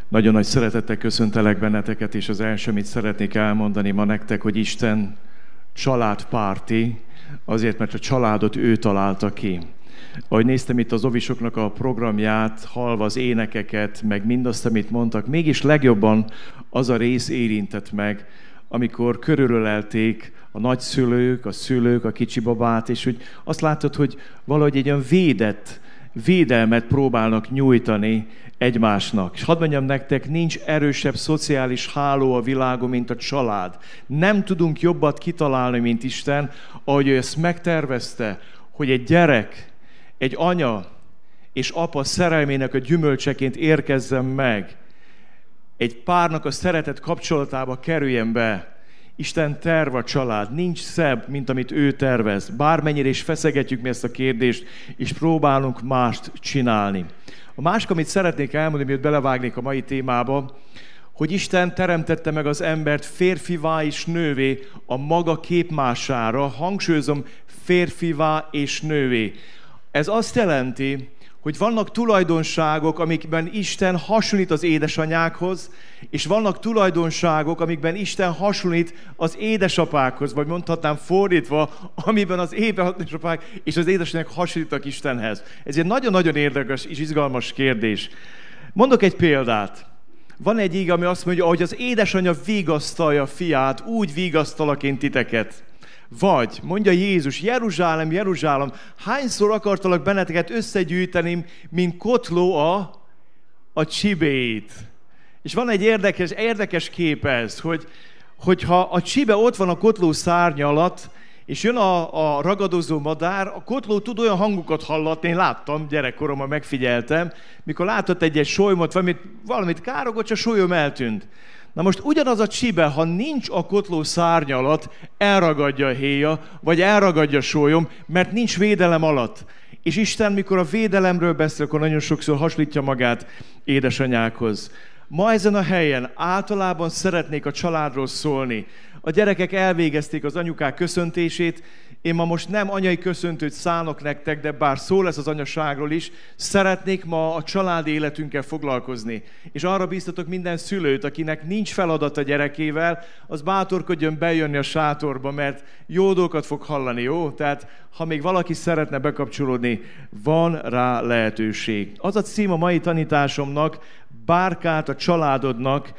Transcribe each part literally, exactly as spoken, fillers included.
Nagyon nagy szeretettel köszöntelek benneteket, és az első, amit szeretnék elmondani ma nektek, hogy Isten családpárti, azért, mert a családot ő találta ki. Ahogy néztem itt az ovisoknak a programját, hallva az énekeket, meg mindazt, amit mondtak, mégis legjobban az a rész érintett meg, amikor körülölelték a nagyszülők, a szülők, a kicsi babát, és hogy azt látod, hogy valahogy egy olyan védett, védelmet próbálnak nyújtani egymásnak. És hadd mondjam nektek, nincs erősebb szociális háló a világon, mint a család. Nem tudunk jobbat kitalálni, mint Isten, ahogy ő ezt megtervezte, hogy egy gyerek, egy anya és apa szerelmének a gyümölcseként érkezzen meg, egy párnak a szeretet kapcsolatába kerüljen be. Isten terv a család, nincs szebb, mint amit ő tervez. Bármennyire is feszegetjük mi ezt a kérdést, és próbálunk mást csinálni. A másik, amit szeretnék elmondani, mielőtt belevágnék a mai témába, hogy Isten teremtette meg az embert férfivá és nővé a maga képmására, hangsúlyozom, férfivá és nővé. Ez azt jelenti, hogy vannak tulajdonságok, amikben Isten hasonlít az édesanyákhoz, és vannak tulajdonságok, amikben Isten hasonlít az édesapákhoz, vagy mondhatnám fordítva, amiben az édesapák és az édesanyák hasonlítanak Istenhez. Ez egy nagyon-nagyon érdekes és izgalmas kérdés. Mondok egy példát. Van egy íge, ami azt mondja, hogy az édesanyja vigasztalja a fiát, úgy vigasztalak én titeket. Vagy, mondja Jézus, Jeruzsálem, Jeruzsálem, hányszor akartalak benneteket összegyűjteni, mint kotló a, a csibéit. És van egy érdekes, érdekes kép ez, hogy, hogyha a csibe ott van a kotló szárnya alatt, és jön a, a ragadozó madár, a kotló tud olyan hangokat hallatni, én láttam, gyerekkoromban megfigyeltem, mikor látott egy-egy solymot, valamit, valamit károgott, csak solyom eltűnt. Na most ugyanaz a csibe, ha nincs a kotló szárnya alatt, elragadja a héja, vagy elragadja a sólyom, mert nincs védelem alatt. És Isten, mikor a védelemről beszél, akkor nagyon sokszor hasonlítja magát édesanyákhoz. Ma ezen a helyen általában szeretnék a családról szólni. A gyerekek elvégezték az anyukák köszöntését, én ma most nem anyai köszöntőt szánok nektek, de bár szó lesz az anyaságról is, szeretnék ma a családi életünkkel foglalkozni. És arra biztatok minden szülőt, akinek nincs feladat a gyerekével, az bátorkodjon bejönni a sátorba, mert jó dolgokat fog hallani, jó? Tehát ha még valaki szeretne bekapcsolódni, van rá lehetőség. Az a cím a mai tanításomnak, bárkát a családodnak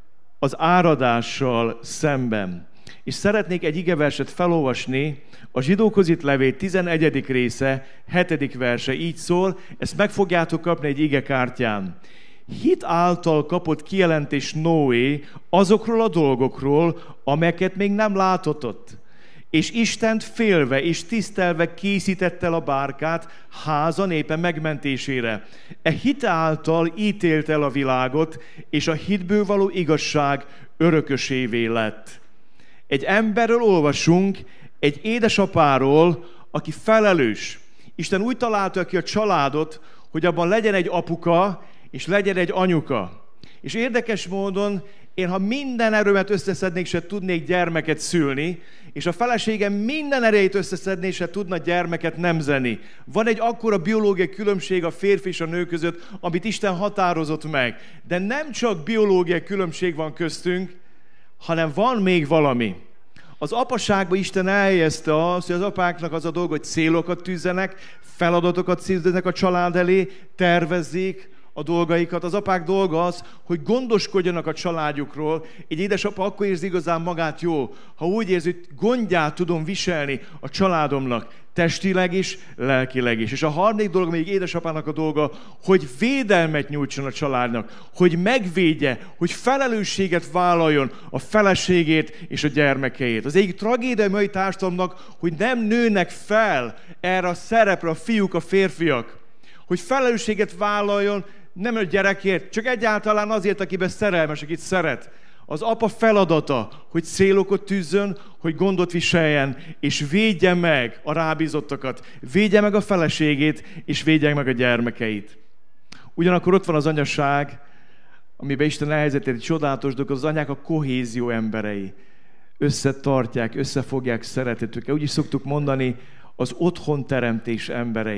az áradással szemben. És szeretnék egy igeverset felolvasni, a Zsidókhoz írt levél tizenegyedik része, hetedik verse, így szól, ezt meg fogjátok kapni egy igekártyán. Hit által kapott kijelentés Noé azokról a dolgokról, amelyeket még nem látott. És Istent félve és tisztelve készítette el a bárkát háza népe megmentésére. E hit által ítélt el a világot, és a hitből való igazság örökösévé lett. Egy emberről olvasunk, egy édesapáról, aki felelős. Isten úgy találta ki a családot, hogy abban legyen egy apuka, és legyen egy anyuka. És érdekes módon, én ha minden erőmet összeszednék, se tudnék gyermeket szülni, és a feleségem minden erejét összeszedné, se tudna gyermeket nemzeni. Van egy akkora biológiai különbség a férfi és a nő között, amit Isten határozott meg. De nem csak biológiai különbség van köztünk, hanem van még valami. Az apaságban Isten elhelyezte azt, hogy az apáknak az a dolga, hogy célokat tűzzenek, feladatokat tűzzenek a család elé, tervezzék a dolgaikat. Az apák dolga az, hogy gondoskodjanak a családjukról. Egy édesapa akkor érzi igazán magát jól, ha úgy érzi, hogy gondját tudom viselni a családomnak, testileg is, lelkileg is. És a harmadik dolog, még édesapának a dolga, hogy védelmet nyújtson a családnak, hogy megvédje, hogy felelősséget vállaljon a feleségét és a gyermekeit. Az egyik tragédia a mai társadalomnak, hogy nem nőnek fel erre a szerepre a fiúk, a férfiak, hogy felelősséget vállaljon nem a gyerekért, csak egyáltalán azért, akiben szerelmes, akit szeret. Az apa feladata, hogy célokat tűzzön, hogy gondot viseljen, és védje meg a rábízottakat, védje meg a feleségét, és védje meg a gyermekeit. Ugyanakkor ott van az anyaság, amiben Isten elhelyezett egy csodálatos dolog, az anyák a kohézió emberei. Összetartják, összefogják szeretetüket. Úgy is szoktuk mondani, az otthonteremtés emberei.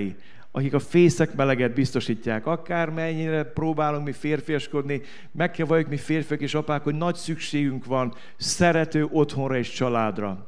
akik a fészek meleget biztosítják. Akármennyire próbálunk mi férfiaskodni, meg kell valljuk mi férfiak és apák, hogy nagy szükségünk van szerető otthonra és családra.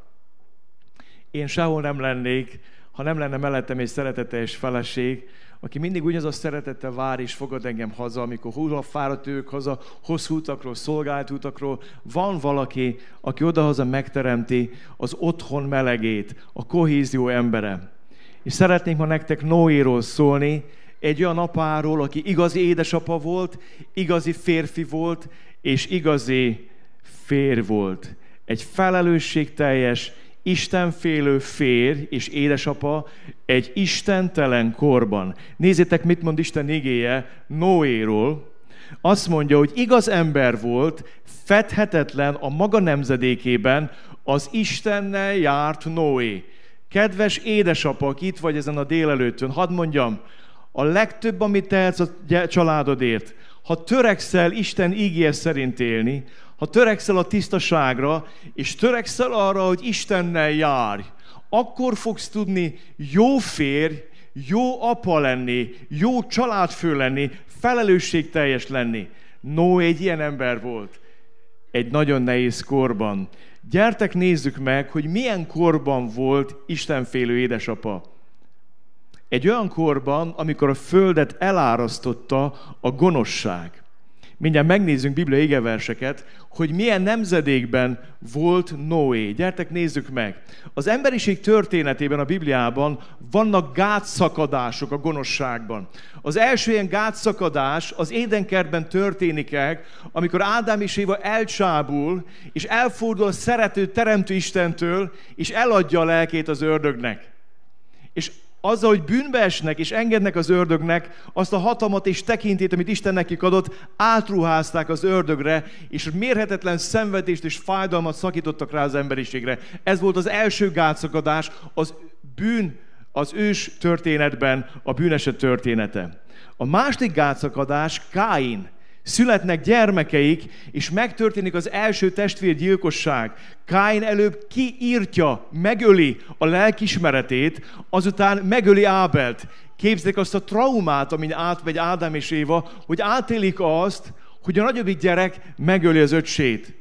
Én sehol nem lennék, ha nem lenne mellettem egy szeretetes feleség, aki mindig ugyanaz a szeretettel vár és fogad engem haza, amikor húha fáradt ők haza, hosszú utakról, szolgált utakról. Van valaki, aki odahaza megteremti az otthon melegét, a kohézió embere. És szeretnék ma nektek Noéról szólni, egy olyan apáról, aki igazi édesapa volt, igazi férfi volt, és igazi férj volt. Egy felelősségteljes, istenfélő férj és édesapa egy istentelen korban. Nézzétek, mit mond Isten igéje Noéról. Azt mondja, hogy igaz ember volt, fedhetetlen a maga nemzedékében, az Istennel járt Noé. Kedves édesapa, aki itt vagy ezen a délelőttön, hadd mondjam, a legtöbb, amit tehetsz a családodért, ha törekszel Isten ígéje szerint élni, ha törekszel a tisztaságra, és törekszel arra, hogy Istennel járj, akkor fogsz tudni jó férj, jó apa lenni, jó családfő lenni, felelősségteljes lenni. Noé egy ilyen ember volt, egy nagyon nehéz korban. Gyertek, nézzük meg, hogy milyen korban volt istenfélő édesapa. Egy olyan korban, amikor a földet elárasztotta a gonoszság. Mindjárt megnézzünk Biblia igeverseket, hogy milyen nemzedékben volt Noé. Gyertek, nézzük meg. Az emberiség történetében a Bibliában vannak gátszakadások a gonoszságban. Az első ilyen gátszakadás az Édenkertben történik el, amikor Ádám és Éva elcsábul, és elfordul a szerető, teremtő Istentől, és eladja a lelkét az ördögnek. És azzal, hogy bűnbe esnek és engednek az ördögnek, azt a hatalmat és tekintét, amit Isten nekik adott, átruházták az ördögre, és mérhetetlen szenvedést és fájdalmat szakítottak rá az emberiségre. Ez volt az első gátszakadás, az bűn, az ős történetben a bűneset története. A második gátszakadás Káin. Születnek gyermekeik, és megtörténik az első testvérgyilkosság. Káin előbb kiírtja, megöli a lelkismeretét, azután megöli Ábelt. Képzeljék azt a traumát, amin átmegy Ádám és Éva, hogy átélik azt, hogy a nagyobbik gyerek megöli az öccsét.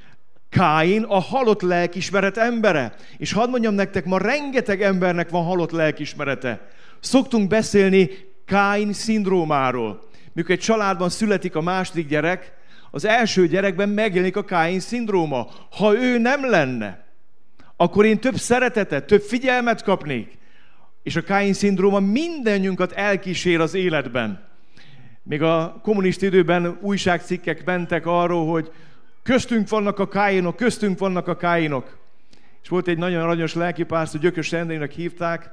Káin a halott lelkismeret embere. És hadd mondjam nektek, ma rengeteg embernek van halott lelkismerete. Szoktunk beszélni Káin szindrómáról. Mikor egy családban születik a második gyerek, az első gyerekben megjelenik a Káin szindróma. Ha ő nem lenne, akkor én több szeretetet, több figyelmet kapnék. És a Káin szindróma mindennyiunkat elkísér az életben. Még a kommunista időben újságcikkek mentek arról, hogy köztünk vannak a Káinok, köztünk vannak a Káinok. És volt egy nagyon aranyos lelkipásztor, Gyökös Endrének hívták,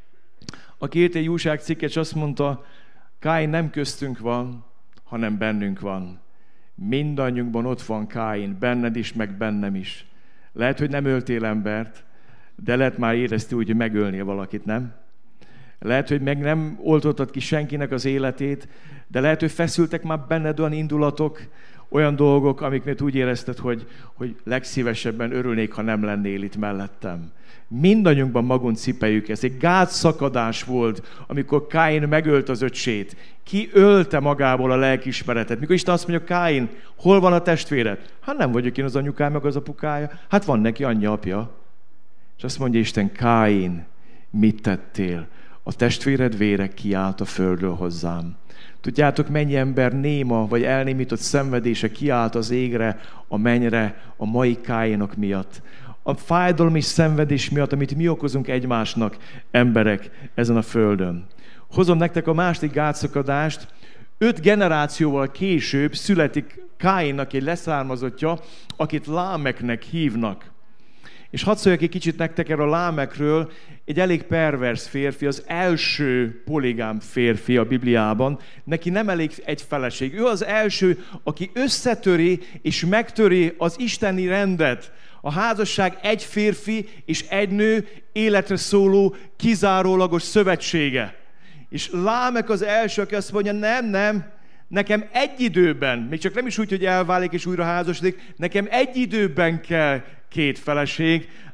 aki írt egy újságcikket, és azt mondta, Káin nem köztünk van, hanem bennünk van. Mindannyiunkban ott van Káin, benned is, meg bennem is. Lehet, hogy nem öltél embert, de lehet már éreztél úgy, hogy megölnél valakit, nem? Lehet, hogy meg nem oltottad ki senkinek az életét, de lehet, hogy feszültek már benned olyan indulatok, olyan dolgok, amik miatt úgy érezted, hogy, hogy legszívesebben örülnék, ha nem lennél itt mellettem. Mindannyiunkban magunk cipeljük ezt. Egy gátszakadás volt, amikor Káin megölt az öccsét. Ki ölte magából a lelkiismeretet? Mikor Isten azt mondja, Káin, hol van a testvéred? Hát nem vagyok én az anyukám, meg az apukája. Hát van neki anyja, apja. És azt mondja Isten, Káin, mit tettél? A testvéred vére kiállt a földről hozzám. Tudjátok, mennyi ember néma, vagy elnémított szenvedése kiállt az égre, a mennyre, a mai Káinok miatt. A fájdalom és szenvedés miatt, amit mi okozunk egymásnak, emberek, ezen a földön. Hozom nektek a második gátszakadást. Öt generációval később születik Káinnak egy leszármazottja, akit Lámeknek hívnak. És hadd szóljak egy kicsit nektek erről a Lámekről, egy elég pervers férfi, az első poligám férfi a Bibliában. Neki nem elég egy feleség. Ő az első, aki összetöri és megtöri az isteni rendet. A házasság egy férfi és egy nő életre szóló kizárólagos szövetsége. És Lámek az első, aki azt mondja, nem, nem, nekem egy időben, még csak nem is úgy, hogy elválik és újra házasodik, nekem egy időben kell két feleség.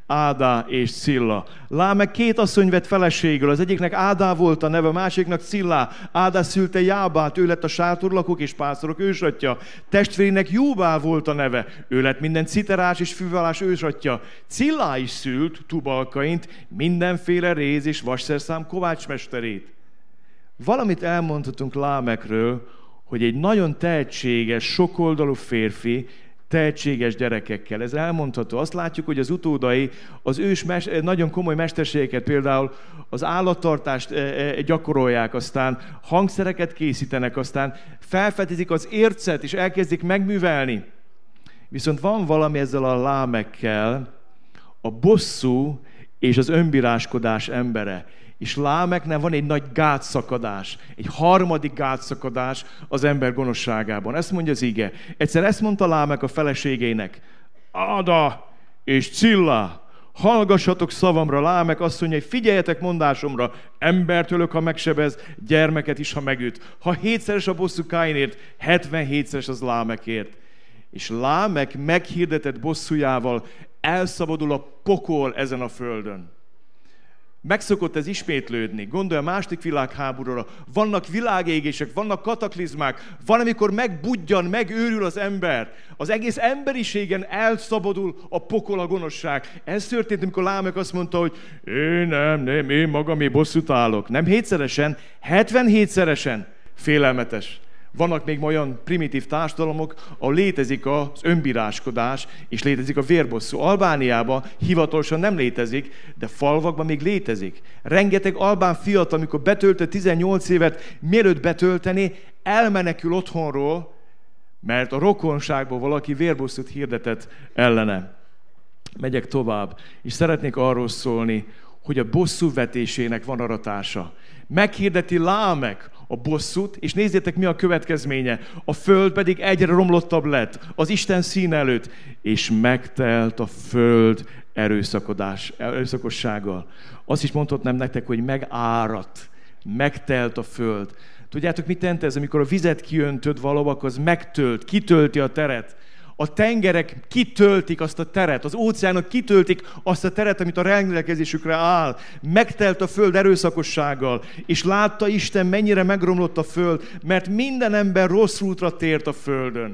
Ádá és Cilla. Lámek két asszony vett feleségül, az egyiknek Ádá volt a neve, a másiknak Cillá. Ádá szülte Jábát, ő lett a sátorlakók és pásztorok ősatja. Testvérének Jóbál volt a neve, ő lett minden citerás és fűválás ősatja. Cillá is szült Tubalkaint, mindenféle réz és vasszerszám kovácsmesterét. Valamit elmondhatunk Lámekről, hogy egy nagyon tehetséges, sokoldalú férfi, tehetséges gyerekekkel. Ez elmondható. Azt látjuk, hogy az utódai az ős mes- nagyon komoly mesterségeket, például az állattartást gyakorolják, aztán hangszereket készítenek, aztán felfedezik az ércet, és elkezdik megművelni. Viszont van valami ezzel a Lámekkel, a bosszú és az önbíráskodás embere. És Lámeknek van egy nagy gátszakadás, egy harmadik gátszakadás az ember gonoszságában. Ezt mondja az ige. Egyszer ezt mondta Lámek a feleségeinek. Ádá és Cilla, hallgassatok szavamra. Lámek azt mondja, hogy figyeljetek mondásomra. Embert ölök, ha megsebez, gyermeket is, ha megüt. Ha hétszeres a bosszú Káinért, hetvenhétszeres az Lámekért. És Lámek meghirdetett bosszújával elszabadul a pokol ezen a földön. Megszokott ez ismétlődni. Gondolj a második világháborúra. Vannak világégések, vannak kataklizmák, van, amikor megbudjan, megőrül az ember. Az egész emberiségen elszabadul a pokol, a gonoszság. Ez történt, amikor Lámek azt mondta, hogy én nem, nem, én magam, én bosszút állok. Nem hétszeresen, hetvenhétszeresen. Félelmetes. Vannak még olyan primitív társadalmak, ahol létezik az önbíráskodás, és létezik a vérbosszú. Albániában hivatalosan nem létezik, de falvakban még létezik. Rengeteg albán fiatal, amikor betöltött tizennyolc évet, mielőtt betölteni, elmenekül otthonról, mert a rokonságból valaki vérbosszút hirdetett ellene. Megyek tovább, és szeretnék arról szólni, hogy a bosszú vetésének van aratása. Meghirdeti Lámek a bosszút, és nézzétek, mi a következménye. A föld pedig egyre romlottabb lett az Isten szín előtt, és megtelt a föld erőszakodás, erőszakossággal. Azt is mondhatnám nektek, hogy megáradt, megtelt a föld. Tudjátok, mit jelent ez? Amikor a vizet kiöntöd valahol, akkor az megtölt, kitölti a teret. A tengerek kitöltik azt a teret, az óceánok kitöltik azt a teret, amit a rendelkezésükre áll. Megtelt a föld erőszakossággal, és látta Isten, mennyire megromlott a föld, mert minden ember rossz útra tért a földön.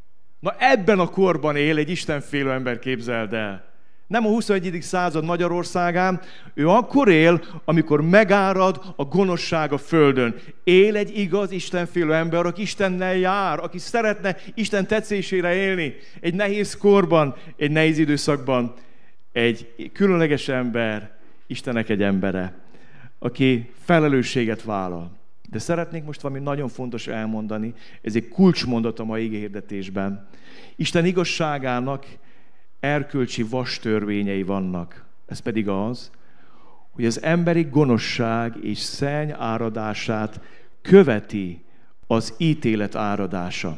Na ebben a korban él egy istenfélő ember, képzeld el. Nem a huszonegyedik század Magyarországán, ő akkor él, amikor megárad a gonoszság a földön. Él egy igaz, istenfélő ember, aki Istennel jár, aki szeretne Isten tetszésére élni. Egy nehéz korban, egy nehéz időszakban. Egy különleges ember, Istennek egy embere, aki felelősséget vállal. De szeretnék most valami nagyon fontos elmondani, ez egy kulcsmondat a mai igéhirdetésben. Isten igazságának erkölcsi vastörvényei vannak. Ez pedig az, hogy az emberi gonoszság és szenny áradását követi az ítélet áradása.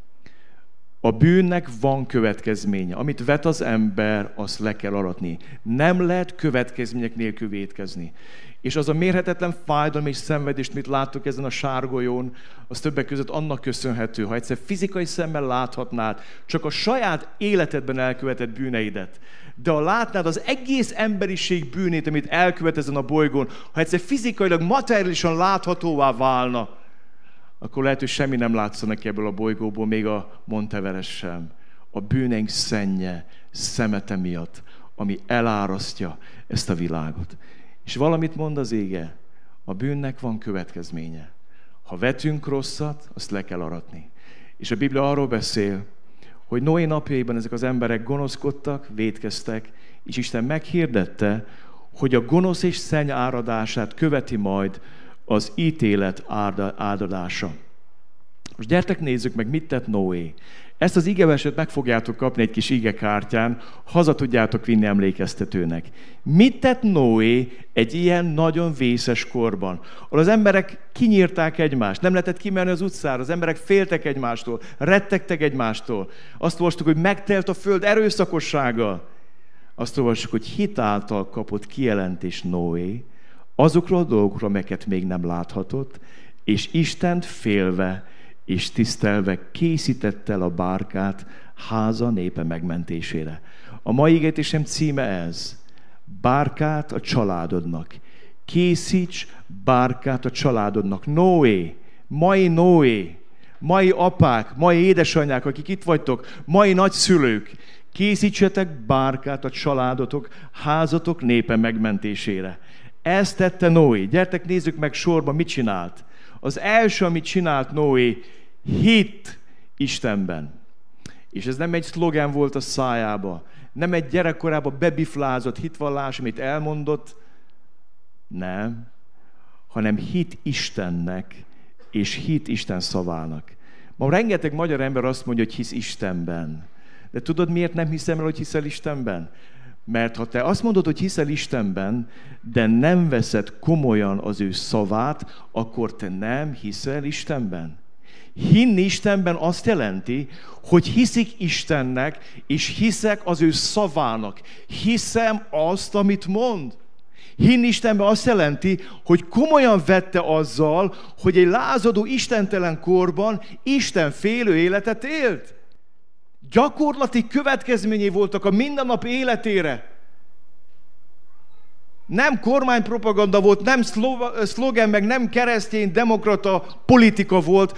A bűnnek van következménye. Amit vet az ember, azt le kell aratni. Nem lehet következmények nélkül vétkezni. És az a mérhetetlen fájdalom és szenvedést, mit láttok ezen a sárgolyón, az többek között annak köszönhető, ha egyszer fizikai szemmel láthatnád csak a saját életedben elkövetett bűneidet. De ha látnád az egész emberiség bűnét, amit elkövet ezen a bolygón, ha egyszer fizikailag, materiálisan láthatóvá válna, akkor lehet, hogy semmi nem látszana neki ebből a bolygóból, még a Monteveres sem. A bűneink szennye, szemete miatt, ami elárasztja ezt a világot. És valamit mond az ége, a bűnnek van következménye. Ha vetünk rosszat, azt le kell aratni. És a Biblia arról beszél, hogy Noé napjaiban ezek az emberek gonoszkodtak, vétkeztek, és Isten meghirdette, hogy a gonosz és szenny áradását követi majd az ítélet áradása. Most gyertek nézzük meg, mit tett Noé. Ezt az igeverset meg fogjátok kapni egy kis igekártyán, haza tudjátok vinni emlékeztetőnek. Mit tett Noé egy ilyen nagyon vészes korban, ahol az emberek kinyírták egymást, nem lehetett kimenni az utcára, az emberek féltek egymástól, rettegtek egymástól. Azt olvastuk, hogy megtelt a föld erőszakossággal. Azt olvastuk, hogy hitáltal kapott kijelentés Noé azokról a dolgokról, amelyeket még nem láthatott, és Istent félve és tisztelve készítette el a bárkát háza népe megmentésére. A mai igétésem címe ez. bárkát a családodnak. Készíts bárkát a családodnak. Noé, mai Noé, mai apák, mai édesanyák, akik itt vagytok, mai nagyszülők, készítsetek bárkát a családotok, házatok népe megmentésére. Ezt tette Noé. Gyertek, nézzük meg sorban, mit csinált. Az első, amit csinált Noé, hitt Istenben. És ez nem egy szlogen volt a szájába, nem egy gyerekkorában bebiflázott hitvallás, amit elmondott, nem, hanem hit Istennek, és hit Isten szavának. Ma rengeteg magyar ember azt mondja, hogy hisz Istenben. De tudod, miért nem hiszem el, hogy hiszel Istenben? Mert ha te azt mondod, hogy hiszel Istenben, de nem veszed komolyan az ő szavát, akkor te nem hiszel Istenben. Hinni Istenben azt jelenti, hogy hiszik Istennek, és hiszek az ő szavának. Hiszem azt, amit mond. Hinni Istenben azt jelenti, hogy komolyan vette azzal, hogy egy lázadó istentelen korban Isten félő életet élt. Gyakorlati következményei voltak a mindennap életére. Nem kormánypropaganda volt, nem szlogen, meg nem keresztény, demokrata politika volt.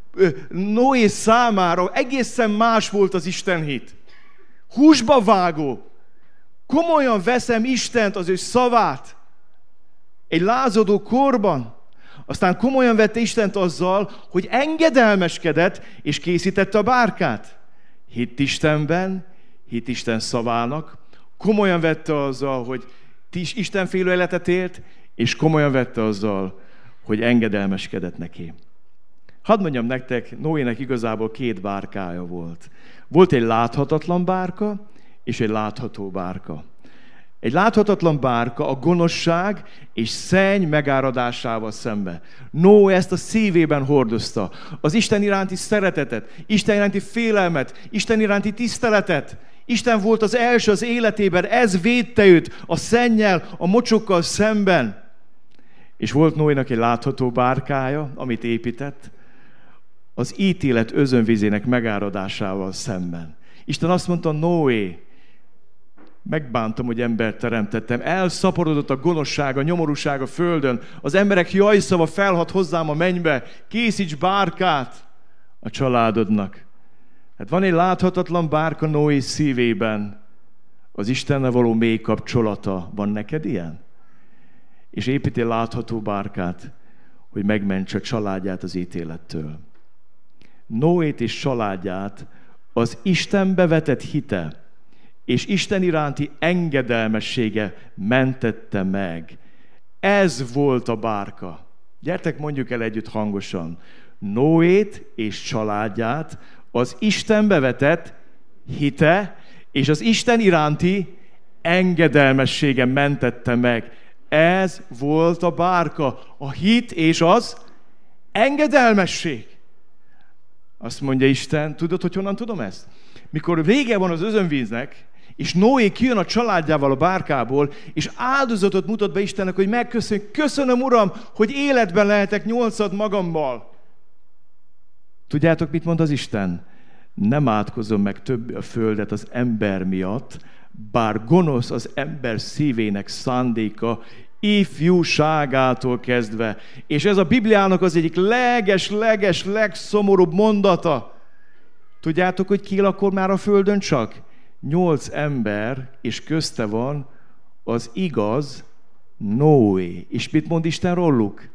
Noé számára egészen más volt az Istenhit. Húsba vágó. Komolyan veszem Istent, az ő szavát. Egy lázadó korban. Aztán komolyan vette Istent azzal, hogy engedelmeskedett, és készítette a bárkát. Hitt Istenben, hitt Isten szavának. Komolyan vette azzal, hogy istenfélő életet élt, és komolyan vette azzal, hogy engedelmeskedett neki. Hadd mondjam nektek, Noének igazából két bárkája volt. Volt egy láthatatlan bárka, és egy látható bárka. Egy láthatatlan bárka a gonoszság és szenny megáradásával szembe. Noé ezt a szívében hordozta. Az Isten iránti szeretetet, Isten iránti félelmet, Isten iránti tiszteletet. Isten volt az első az életében, ez védte őt a szennyel, a mocsokkal szemben. És volt Noénak egy látható bárkája, amit épített, az ítélet özönvizének megáradásával szemben. Isten azt mondta, Noé, megbántam, hogy embert teremtettem. Elszaporodott a gonoszság, a nyomorúság a földön. Az emberek jajszava felhat hozzám a mennybe. Készíts bárkát a családodnak. Hát van egy láthatatlan bárka Noé szívében. Az Istennel való mély kapcsolata. Van neked ilyen? És építi látható bárkát, hogy megmentse a családját az ítélettől. Noét és családját az Istenbe vetett hite és Isten iránti engedelmessége mentette meg. Ez volt a bárka. Gyertek, mondjuk el együtt hangosan. Noét és családját az Istenbe vetett hite és az Isten iránti engedelmessége mentette meg. Ez volt a bárka. A hit és az engedelmesség. Azt mondja Isten, tudod, hogy honnan tudom ezt? Mikor vége van az özönvíznek, és Noé kijön a családjával a bárkából, és áldozatot mutat be Istennek, hogy megköszönjük, köszönöm, Uram, hogy életben lehetek nyolcad magammal. Tudjátok, mit mond az Isten? Nem átkozom meg többé a földet az ember miatt, bár gonosz az ember szívének szándéka, ifjúságától kezdve. És ez a Bibliának az egyik leges-leges, legszomorúbb mondata. Tudjátok, hogy ki lakol már a földön csak? Nyolc ember, és közte van az igaz Noé. És mit mond Isten róluk?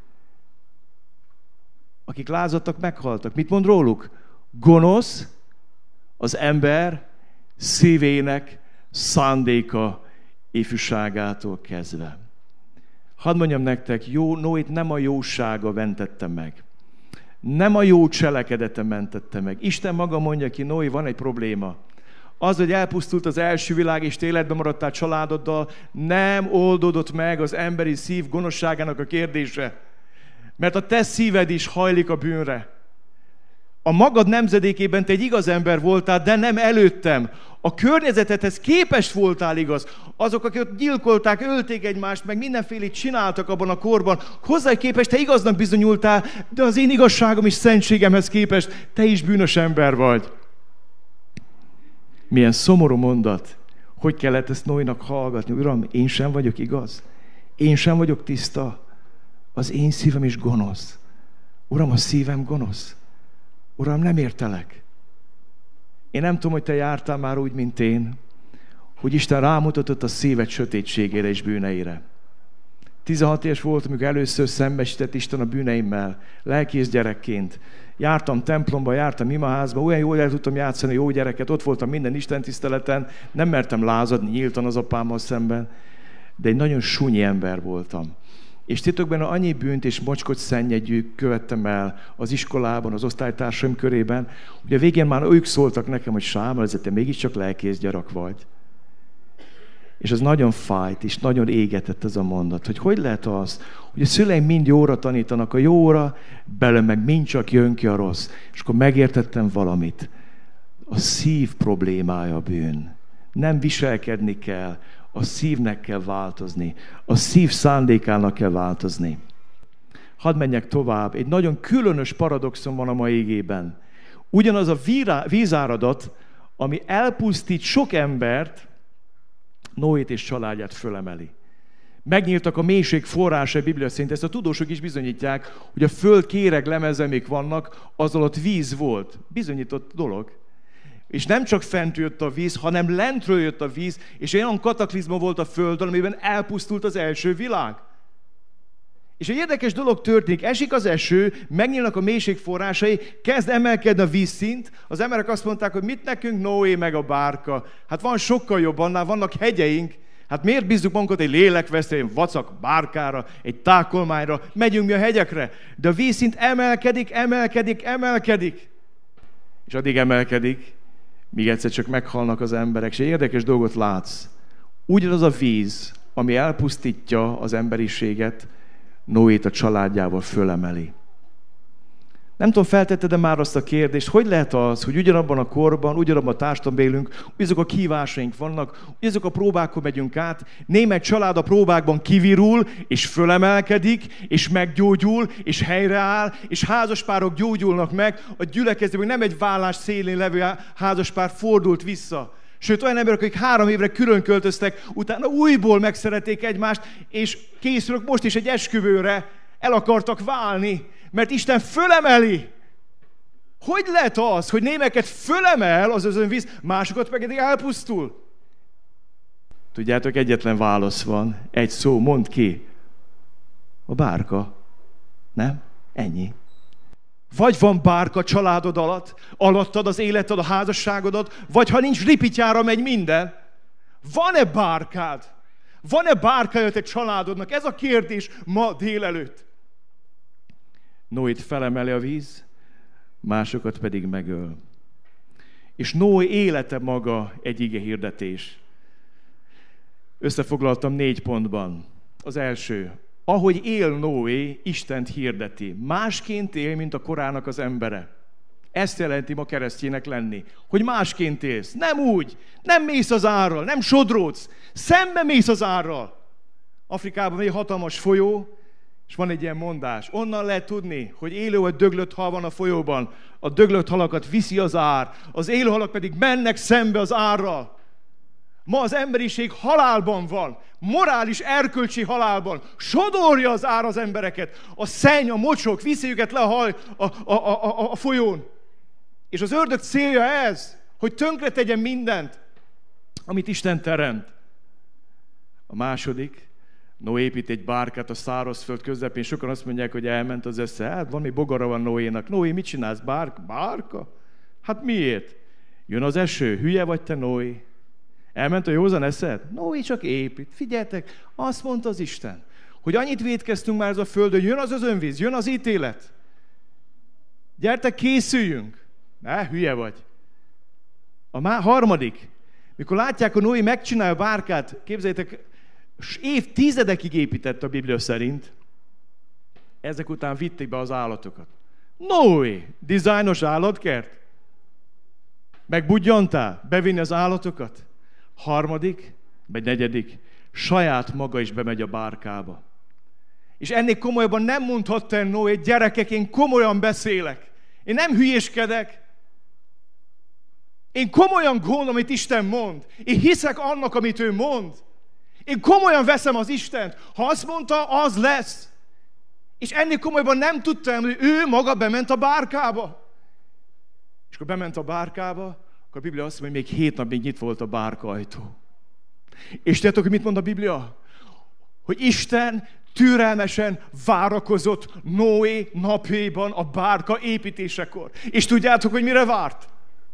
Akik lázadtak, meghaltak. Mit mond róluk? Gonosz az ember szívének szándéka ifjúságától kezdve. Hadd mondjam nektek, jó, Noét nem a jósága mentette meg. Nem a jó cselekedete mentette meg. Isten maga mondja ki, Noé, van egy probléma. Az, hogy elpusztult az első világ, és te életben maradtál családoddal, nem oldódott meg az emberi szív gonoszságának a kérdése. Mert a te szíved is hajlik a bűnre. A magad nemzedékében te egy igaz ember voltál, de nem előttem. A környezetedhez képest voltál igaz. Azok, akik ott gyilkolták, ölték egymást, meg mindenfélét csináltak abban a korban. Hozzá képest te igaznak bizonyultál, de az én igazságom és szentségemhez képest te is bűnös ember vagy. Milyen szomorú mondat, Hogy kellett ezt Noénak hallgatni? Uram, én sem vagyok igaz. Én sem vagyok tiszta. Az én szívem is gonosz. Uram, a szívem gonosz. Uram, nem értelek. Én nem tudom, hogy te jártál már úgy, mint én, hogy Isten rámutatott a szíved sötétségére és bűneire. tizenhat éves voltam, amikor először szembesített Isten a bűneimmel, lelkész gyerekként. Jártam templomba, jártam imaházba, olyan jól el tudtam játszani jó gyereket, ott voltam minden istentiszteleten, nem mertem lázadni nyíltan az apámmal szemben, de egy nagyon súnyi ember voltam. És titokban annyi bűnt és mocskot szennyegyűt követtem el az iskolában, az osztálytársaim körében, hogy a végén már ők szóltak nekem, hogy Sámuel, te mégiscsak lelkész gyerek vagy. És az nagyon fájt, és nagyon égetett ez a mondat, hogy hogy lehet az, hogy a szüleim mind jóra tanítanak, a jóra, belőle meg mind csak jön ki a rossz. És akkor megértettem valamit. A szív problémája a bűn. Nem viselkedni kell, a szívnek kell változni. A szív szándékának kell változni. Hadd menjek tovább. Egy nagyon különös paradoxon van a mai igében. Ugyanaz a vízáradat, ami elpusztít sok embert, Noét és családját fölemeli. Megnyíltak a mélység forrásai, Biblia szerint, ezt a tudósok is bizonyítják, hogy a föld kéreg lemezemék vannak, az alatt víz volt. Bizonyított dolog. És nem csak fent jött a víz, hanem lentről jött a víz, és olyan kataklizma volt a földön, amiben elpusztult az első világ. És egy érdekes dolog történik, esik az eső, megnyílnak a mélység forrásai, kezd emelkedni a vízszint, az emberek azt mondták, hogy mit nekünk Noé meg a bárka. Hát van sokkal jobb annál, vannak hegyeink, hát miért bízzuk magunkat egy lélekvesztően, vacak bárkára, egy tákolmányra, megyünk mi a hegyekre. De a vízszint emelkedik, emelkedik, emelkedik. És addig emelkedik, míg egyszer csak meghalnak az emberek, és egy érdekes dolgot látsz. Ugyanaz a víz, ami elpusztítja az emberiséget, Noét a családjával fölemeli. Nem tudom, feltetted-e már azt a kérdést, hogy lehet az, hogy ugyanabban a korban, ugyanabban a társadalomban élünk, ugyanazok a kihívásaink vannak, ugyanazok a próbákon megyünk át, némely család a próbákban kivirul, és fölemelkedik, és meggyógyul, és helyreáll, és házaspárok gyógyulnak meg, a gyülekezetben nem egy vállás szélén levő házaspár fordult vissza. Sőt, olyan emberek, akik három évre külön költöztek, utána újból megszerették egymást, és készülök most is egy esküvőre, el akartak válni, mert Isten fölemeli. Hogy lehet az, hogy némeket fölemel az özönvíz, másokat pedig elpusztul? Tudjátok, egyetlen válasz van, egy szó, mondd ki. A bárka. Nem? Ennyi. Vagy van bárka családod alatt, alattad az életed, a házasságodat, vagy ha nincs ripityára megy minden. Van-e bárkád? Van-e bárkája a te családodnak? Ez a kérdés ma délelőtt. Noét felemeli a víz, másokat pedig megöl. És Noé élete maga egy ige hirdetés. Összefoglaltam négy pontban. Az első. Ahogy él Noé, Istent hirdeti. Másként él, mint a korának az embere. Ezt jelenti ma keresztjének lenni. Hogy másként élsz. Nem úgy. Nem mész az árral. Nem sodródsz. Szembe mész az árral. Afrikában van egy hatalmas folyó, és van egy ilyen mondás. Onnan lehet tudni, hogy élő vagy döglött hal van a folyóban. A döglött halakat viszi az ár. Az élő halak pedig mennek szembe az árral. Ma az emberiség halálban van. Morális, erkölcsi halálban. Sodorja az ár az embereket. A szenny, a mocsok, viszi őket le a, haj, a, a, a, a, a folyón. És az ördög célja ez, hogy tönkre tegyen mindent, amit Isten teremt. A második, Noé épít egy bárkát a szárazföld közepén. Sokan azt mondják, hogy elment az össze. Hát valami bogara van Noénak. Noé, mit csinálsz? Bárka? Bárka? Hát miért? Jön az eső. Hülye vagy te, Noé? Elment a józan eszed? Noé csak épít. Figyeljetek, azt mondta az Isten, hogy annyit vétkeztünk már ez a földön, jön az özönvíz, jön az ítélet. Gyertek, készüljünk. Ne, hülye vagy. A má- harmadik, mikor látják, hogy Noé megcsinálja a bárkát, képzeljétek, évtizedekig épített a Biblia szerint, ezek után vitték be az állatokat. Noé, dizájnos állatkert? Megbudjantál bevinni az állatokat? Harmadik, vagy negyedik, saját maga is bemegy a bárkába. És ennél komolyabban nem mondhatta el Noé, gyerekek, én komolyan beszélek. Én nem hülyéskedek. Én komolyan gondolom, amit Isten mond. Én hiszek annak, amit ő mond. Én komolyan veszem az Istent. Ha azt mondta, az lesz. És ennél komolyban nem tudtam, hogy ő maga bement a bárkába. És akkor bement a bárkába, akkor a Biblia azt mondja, hogy még hét napig nyitva volt a bárka ajtó. És tudjátok, hogy mit mond a Biblia? Hogy Isten türelmesen várakozott Noé napjaiban a bárka építésekor. És tudjátok, hogy mire várt?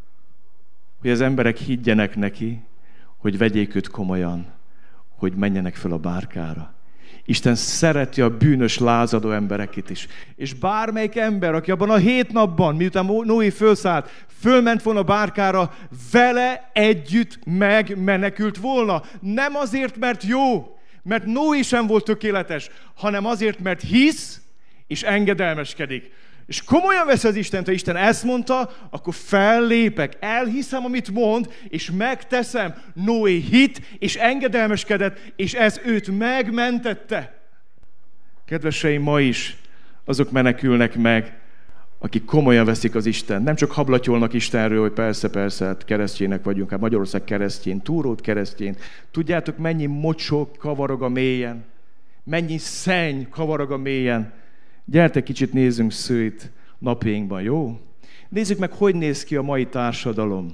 Hogy az emberek higgyenek neki, hogy vegyék őt komolyan, hogy menjenek fel a bárkára. Isten szereti a bűnös, lázadó embereket is. És bármelyik ember, aki abban a hét napban, miután Noé fölszállt, fölment volna a bárkára, vele együtt megmenekült volna. Nem azért, mert jó, mert Noé sem volt tökéletes, hanem azért, mert hisz és engedelmeskedik. És komolyan vesz az Istent, ha Isten ezt mondta, akkor fellépek, elhiszem, amit mond, és megteszem. Noé hit, és engedelmeskedett, és ez őt megmentette. Kedveseim, ma is azok menekülnek meg, akik komolyan veszik az Istent. Nem csak hablatyolnak Istenről, hogy persze, persze, hát keresztjének vagyunk, hát Magyarország keresztjén, túrót keresztjén. Tudjátok, mennyi mocsok kavarog a mélyen? Mennyi szenny kavarog a mélyen? Gyertek, kicsit nézzünk szőt napjainkban, jó? Nézzük meg, hogy néz ki a mai társadalom.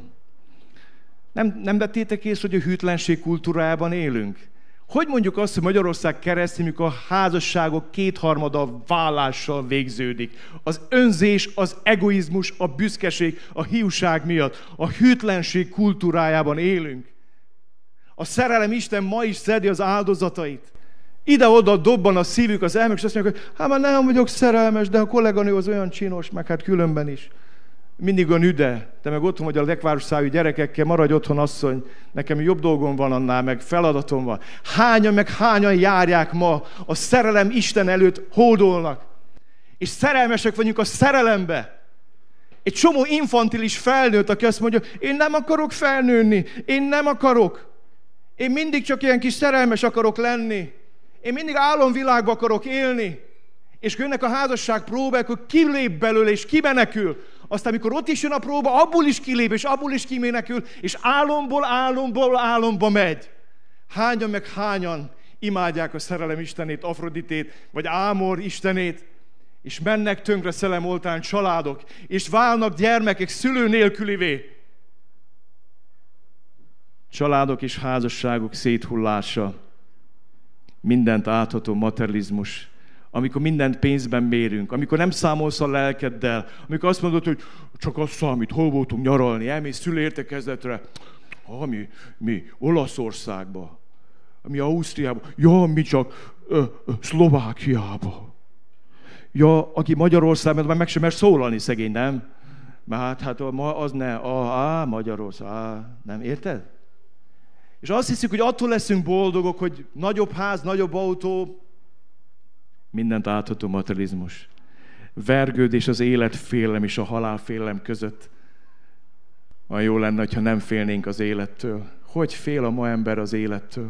Nem, nem vettétek észre, hogy a hűtlenség kultúrájában élünk? Hogy mondjuk azt, hogy Magyarország keresztény, mikor a házasságok kétharmada vállással végződik? Az önzés, az egoizmus, a büszkeség, a hiúság miatt. A hűtlenség kultúrájában élünk. A szerelem Isten ma is szedi az áldozatait. Ide-oda dobban a szívük az elmük, és azt mondják, hogy hát már nem vagyok szerelmes, de a kolléganő az olyan csinos, meg hát különben is. Mindig olyan üde. Te meg otthon vagy a lekváros szájú gyerekekkel, maradj otthon, asszony, nekem jobb dolgom van annál, meg feladatom van. Hányan meg hányan járják ma a szerelem Isten előtt hódolnak. És szerelmesek vagyunk a szerelembe. Egy csomó infantilis felnőtt, aki azt mondja, én nem akarok felnőni, én nem akarok. Én mindig csak ilyen kis szerelmes akarok lenni. Én mindig álomvilágba akarok élni. És jönnek a házasság próbák, hogy kilép belőle, és kimenekül. Aztán, amikor ott is jön a próba, abból is kilép, és abból is kimenekül, és álomból, álomból, álomba megy. Hányan meg hányan imádják a szerelem istenét, Afroditét, vagy Ámor istenét, és mennek tönkre szelem oltán családok, és válnak gyermekek szülő nélkülivé. Családok és házasságok széthullása, mindent átható materializmus, amikor mindent pénzben mérünk, amikor nem számolsz a lelkeddel, amikor azt mondod, hogy csak az számít, hol voltunk nyaralni, elmész szülőértekezletre, ha, mi, mi Olaszországba, mi Ausztriába, ja, mi csak ö, ö, Szlovákiába. Ja, aki Magyarországban, már meg sem mer szólalni szegény, nem? Mert hát, hát az ne, a, á, Magyarország, á, nem, érted? És azt hiszük, hogy attól leszünk boldogok, hogy nagyobb ház, nagyobb autó, mindent átható materializmus. Vergődés az életfélelem és a halálfélelem között. Olyan jó lenne, ha nem félnénk az élettől. Hogy fél a ma ember az élettől?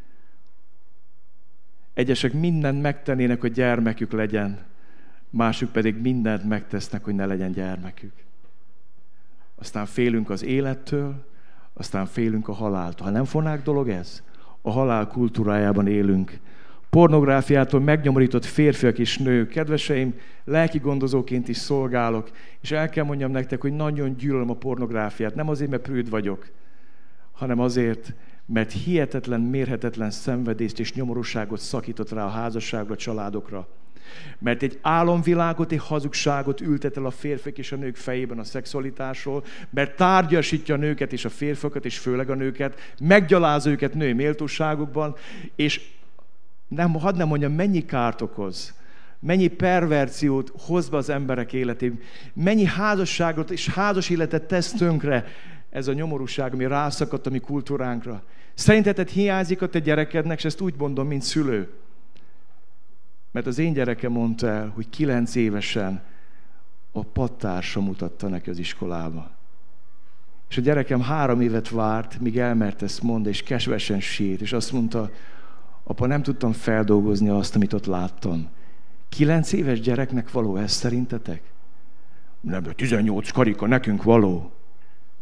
Egyesek mindent megtennének, hogy gyermekük legyen, mások pedig mindent megtesznek, hogy ne legyen gyermekük. Aztán félünk az élettől, aztán félünk a haláltól. Ha nem fonák dolog ez? A halál kultúrájában élünk. Pornográfiától megnyomorított férfiak és nők. Kedveseim, lelki gondozóként is szolgálok, és el kell mondjam nektek, hogy nagyon gyűlölöm a pornográfiát. Nem azért, mert prűd vagyok, hanem azért, mert hihetetlen, mérhetetlen szenvedést és nyomorúságot szakított rá a házasságra, a családokra. Mert egy álomvilágot, egy hazugságot ültet el a férfiak és a nők fejében a szexualitásról, mert tárgyasítja a nőket és a férfiakat, és főleg a nőket, meggyalázza őket női méltóságukban, és nem, hadd nem mondjam, mennyi kárt okoz, mennyi perverziót hoz be az emberek életében, mennyi házasságot és házas életet tesz tönkre ez a nyomorúság, ami rászakadt a mi kultúránkra. Szerinteted hiányzik a te gyerekednek, és ezt úgy mondom, mint szülő. Mert az én gyerekem mondta el, hogy kilenc évesen a padtársa mutatta neki az iskolába. És a gyerekem három évet várt, míg elmert ezt mondani, és kesvesen sírt, és azt mondta, apa, nem tudtam feldolgozni azt, amit ott láttam. Kilenc éves gyereknek való ez szerintetek? Nem, de tizennyolc karika nekünk való.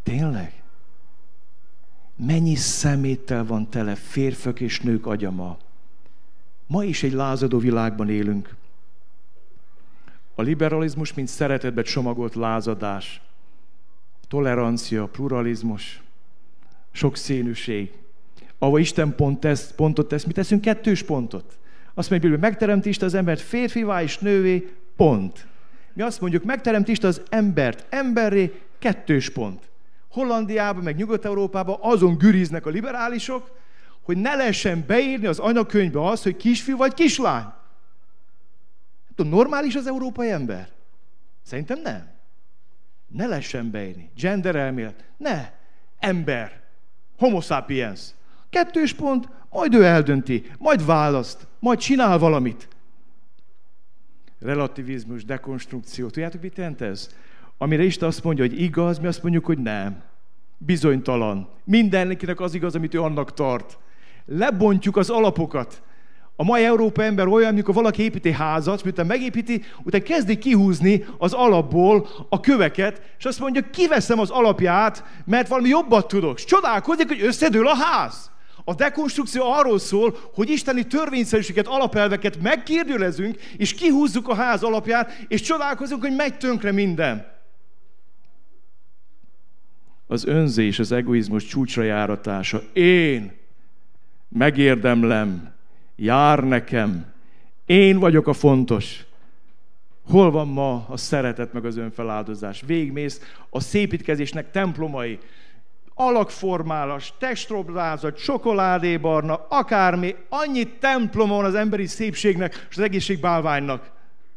Tényleg? Mennyi szeméttel van tele férfiak és nők agya ma? Ma is egy lázadó világban élünk. A liberalizmus, mint szeretetbe csomagolt lázadás, tolerancia, pluralizmus, sokszínűség. Ahol Isten pont tesz, pontot tesz, mi teszünk kettős pontot. Azt mondjuk, hogy megteremti Isten az embert férfivá és nővé, pont. Mi azt mondjuk, megteremti Isten az embert emberré, kettős pont. Hollandiában, meg Nyugat-Európában azon güriznek a liberálisok, hogy ne lehessen beírni az anyakönyvbe azt, hogy kisfiú vagy kislány. Tudom, normális az európai ember? Szerintem nem. Ne lehessen beírni. Gender elmélet. Ne. Ember. Homo sapiens. Kettős pont, majd ő eldönti, majd választ, majd csinál valamit. Relativizmus, dekonstrukció. Tudjátok, mit jelent ez? Amire Isten azt mondja, hogy igaz, mi azt mondjuk, hogy nem. Bizonytalan. Mindenkinek az igaz, amit ő annak tart. Lebontjuk az alapokat. A mai európai ember olyan, amikor valaki építi házat, miután megépíti, utána kezdi kihúzni az alapból a köveket, és azt mondja, kiveszem az alapját, mert valami jobbat tudok. És csodálkozik, hogy összedől a ház. A dekonstrukció arról szól, hogy isteni törvényszerűséget, alapelveket megkérdőlezünk, és kihúzzuk a ház alapját, és csodálkozunk, hogy megy tönkre minden. Az önzés, az egoizmus csúcsra járatása. Én megérdemlem, jár nekem, én vagyok a fontos. Hol van ma a szeretet meg az önfeláldozás? Végmész a szépítkezésnek templomai, alakformálás, testrobrázat, csokoládébarna, akármi, annyi templom van az emberi szépségnek és az egészségbálványnak.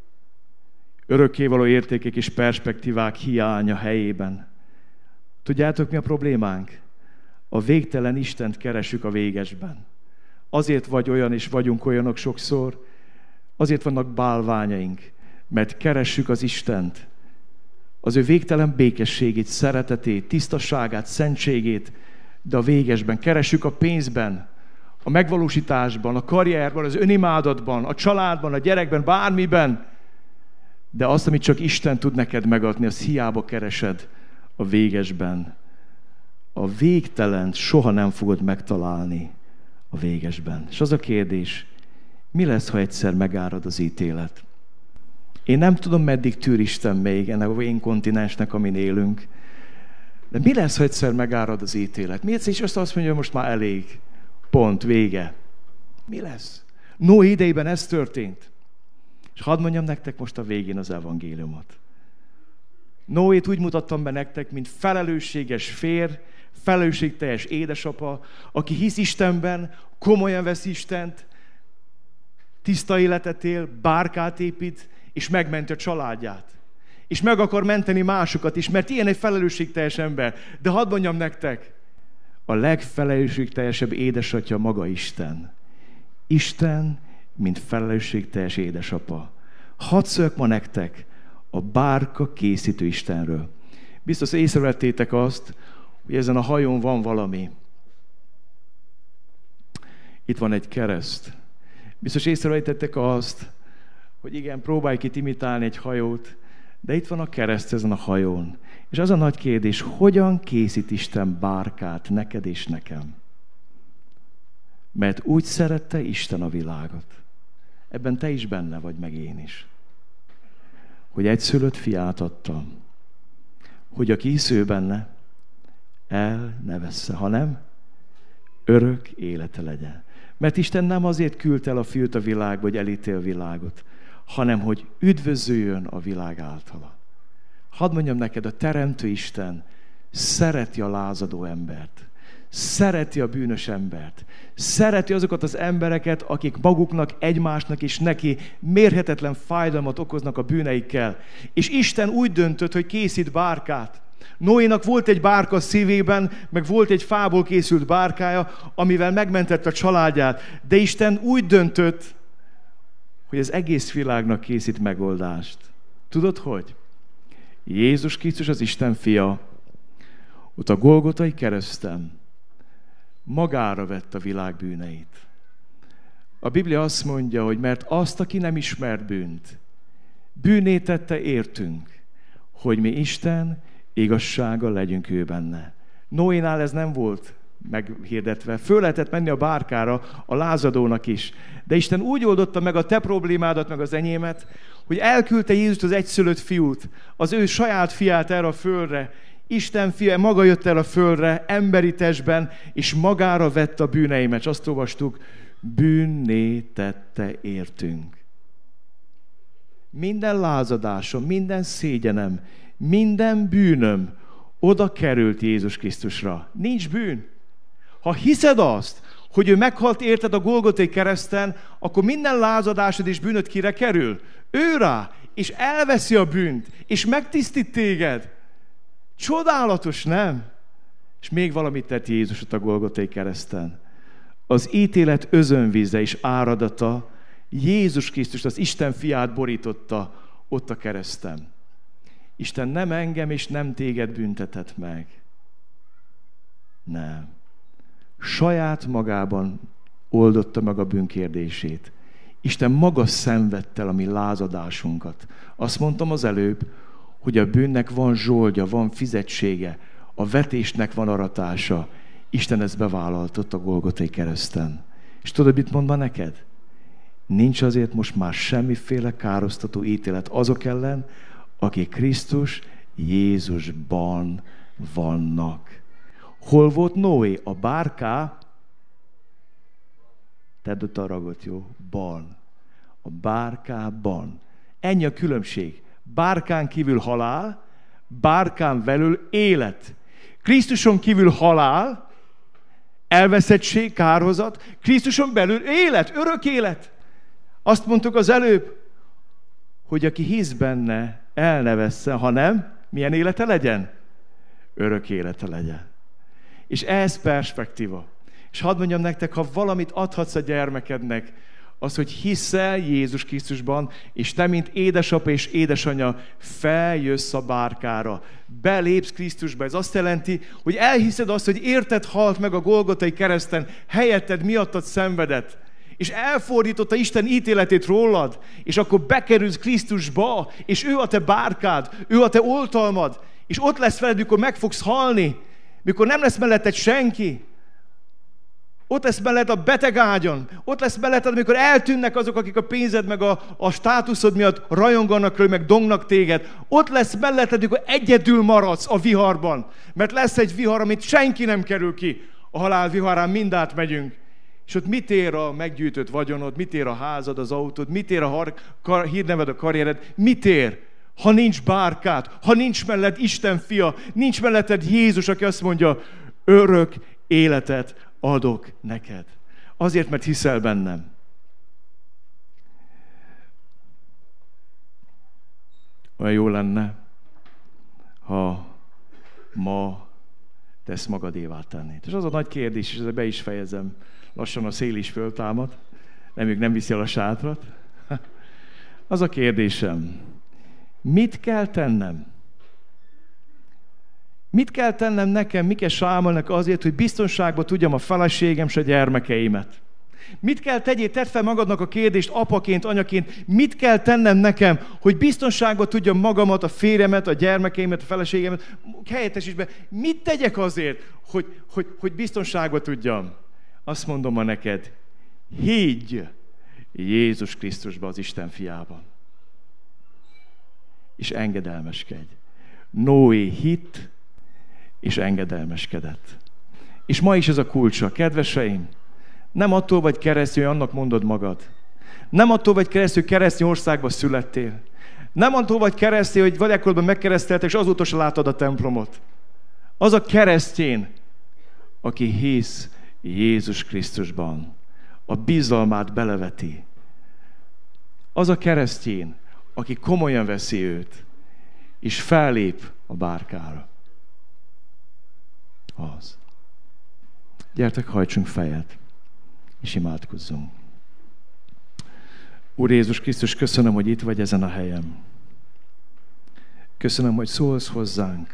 Örökkévaló értékek és perspektívák hiánya helyében. Tudjátok, mi a problémánk? A végtelen Istent keresünk a végesben. Azért vagy olyan, és vagyunk olyanok sokszor, azért vannak bálványaink, mert keressük az Istent, az ő végtelen békességét, szeretetét, tisztaságát, szentségét, de a végesben keressük a pénzben, a megvalósításban, a karrierben, az önimádatban, a családban, a gyerekben, bármiben, de azt, amit csak Isten tud neked megadni, azt hiába keresed a végesben. A végtelent soha nem fogod megtalálni a végesben. És az a kérdés, mi lesz, ha egyszer megárad az ítélet? Én nem tudom, meddig tűr Isten még ennek a vén kontinensnek, amin élünk, de mi lesz, ha egyszer megárad az ítélet? Mi egyszer is azt mondja, hogy most már elég, pont, vége. Mi lesz? Noé idejében ez történt. És hadd mondjam nektek most a végén az evangéliumot. Noét úgy mutattam be nektek, mint felelősséges férj, felelősségteljes édesapa, aki hisz Istenben, komolyan vesz Istent, tiszta életet él, bárkát épít, és megmenti a családját. És meg akar menteni másokat is, mert ilyen egy felelősségteljes ember. De hadd mondjam nektek, a legfelelősségteljesebb édesatya maga Isten. Isten, mint felelősségteljes édesapa. Hadd szóljak ma nektek a bárka készítő Istenről. Biztos észrevettétek azt, hogy ezen a hajón van valami. Itt van egy kereszt. Biztos észrevettétek azt, hogy igen, próbálj itt imitálni egy hajót, de itt van a kereszt ezen a hajón. És az a nagy kérdés, hogyan készít Isten bárkát neked és nekem? Mert úgy szerette Isten a világot. Ebben te is benne vagy, meg én is. Hogy egyszülött fiát adtam, hogy aki hisz ő benne, el ne vessze, hanem örök élete legyen. Mert Isten nem azért küldte el a fiút a világba, hogy elítél a világot, hanem hogy üdvözöljön a világ általa. Hadd mondjam neked, a Teremtő Isten szereti a lázadó embert, szereti a bűnös embert, szereti azokat az embereket, akik maguknak, egymásnak és neki mérhetetlen fájdalmat okoznak a bűneikkel. És Isten úgy döntött, hogy készít bárkát. Noénak volt egy bárka a szívében, meg volt egy fából készült bárkája, amivel megmentette a családját. De Isten úgy döntött, hogy az egész világnak készít megoldást. Tudod, hogy? Jézus Krisztus, az Isten fia, ott a Golgotai kereszten magára vett a világ bűneit. A Biblia azt mondja, hogy mert azt, aki nem ismert bűnt, bűnné tette értünk, hogy mi Isten igazsággal legyünk ő benne. Noénál ez nem volt meghirdetve. Föl lehetett menni a bárkára a lázadónak is. De Isten úgy oldotta meg a te problémádat, meg az enyémet, hogy elküldte Jézust, az egyszülött fiút, az ő saját fiát erre a földre. Isten fia maga jött el a földre, emberi testben, és magára vette a bűneimet. És azt olvastuk, bűnné tette értünk. Minden lázadásom, minden szégyenem, minden bűnöm oda került Jézus Krisztusra. Nincs bűn. Ha hiszed azt, hogy ő meghalt érted a Golgotai kereszten, akkor minden lázadásod és bűnöd kire kerül? Ő rá, és elveszi a bűnt, és megtisztít téged. Csodálatos, nem? És még valamit tett Jézus ott a Golgotai kereszten. Az ítélet özönvíze és áradata Jézus Krisztust, az Isten fiát borította ott a kereszten. Isten nem engem és nem téged büntetett meg. Nem. Saját magában oldotta meg a bűnkérdését. Isten maga szenvedte el a mi lázadásunkat. Azt mondtam az előbb, hogy a bűnnek van zsoldja, van fizetsége, a vetésnek van aratása. Isten ezt bevállaltott a Golgotai kereszten. És tudod, mit mond ma neked? Nincs azért most már semmiféle károsztató ítélet azok ellen, akik Krisztus Jézusban vannak. Hol volt Noé? A bárká, tedd ott a ragot, jó? Ban. A bárkában. Ennyi a különbség. Bárkán kívül halál, bárkán belül élet. Krisztuson kívül halál, elveszettség, kárhozat, Krisztuson belül élet, örök élet. Azt mondtuk az előbb, hogy aki hisz benne, el ne vesszen, ha nem, milyen élete legyen? Örök élete legyen. És ez perspektíva. És hadd mondjam nektek, ha valamit adhatsz a gyermekednek, az, hogy hiszel Jézus Krisztusban, és te, mint édesapa és édesanya, feljössz a bárkára, belépsz Krisztusba. Ez azt jelenti, hogy elhiszed azt, hogy érted halt meg a Golgotai kereszten, helyetted miattad szenvedett, és elfordította Isten ítéletét rólad, és akkor bekerülsz Krisztusba, és ő a te bárkád, ő a te oltalmad, és ott lesz veled, mikor meg fogsz halni, mikor nem lesz melletted senki. Ott lesz mellett a beteg ágyon, ott lesz melletted, amikor eltűnnek azok, akik a pénzed meg a, a státuszod miatt rajonganak, meg dongnak téged. Ott lesz melletted, amikor egyedül maradsz a viharban, mert lesz egy vihar, amit senki nem kerül ki. A halál viharán mind átmegyünk. És ott mit ér a meggyűjtött vagyonod, mit ér a házad, az autód, mit ér a har- kar- hírneved, a karriered, mit ér, ha nincs bárkád, ha nincs mellett Isten fia, nincs melletted Jézus, aki azt mondja, örök életet adok neked. Azért, mert hiszel bennem. Olyan jó lenne, ha ma te ezt magadévá tennéd. És az a nagy kérdés, és ezzel be is fejezem, lassan a szél is föltámad, nem, még nem viszi el a sátrat. Az a kérdésem, mit kell tennem? Mit kell tennem nekem, Mike Sámolnak azért, hogy biztonságban tudjam a feleségem és a gyermekeimet? Mit kell tegyél, tedd fel magadnak a kérdést apaként, anyaként, mit kell tennem nekem, hogy biztonságban tudjam magamat, a férjemet, a gyermekeimet, a feleségemet, helyettesíts be, mit tegyek azért, hogy, hogy, hogy biztonságban tudjam? Azt mondom ma neked, higgy Jézus Krisztusba, az Isten fiában. És engedelmeskedj. Noé hitt, és engedelmeskedett. És ma is ez a kulcsa, kedveseim, nem attól vagy keresztény, hogy annak mondod magad. Nem attól vagy keresztény, hogy keresztény országban születtél. Nem attól vagy keresztény, hogy gyerekkorodban megkereszteltek, és azóta se látod a templomot. Az a keresztény, aki hisz Jézus Krisztusban, a bizalmát beleveti. Az a keresztény, aki komolyan veszi őt, és fellép a bárkára. Az. Gyertek, hajtsunk fejet, és imádkozzunk. Úr Jézus Krisztus, köszönöm, hogy itt vagy ezen a helyen. Köszönöm, hogy szólsz hozzánk.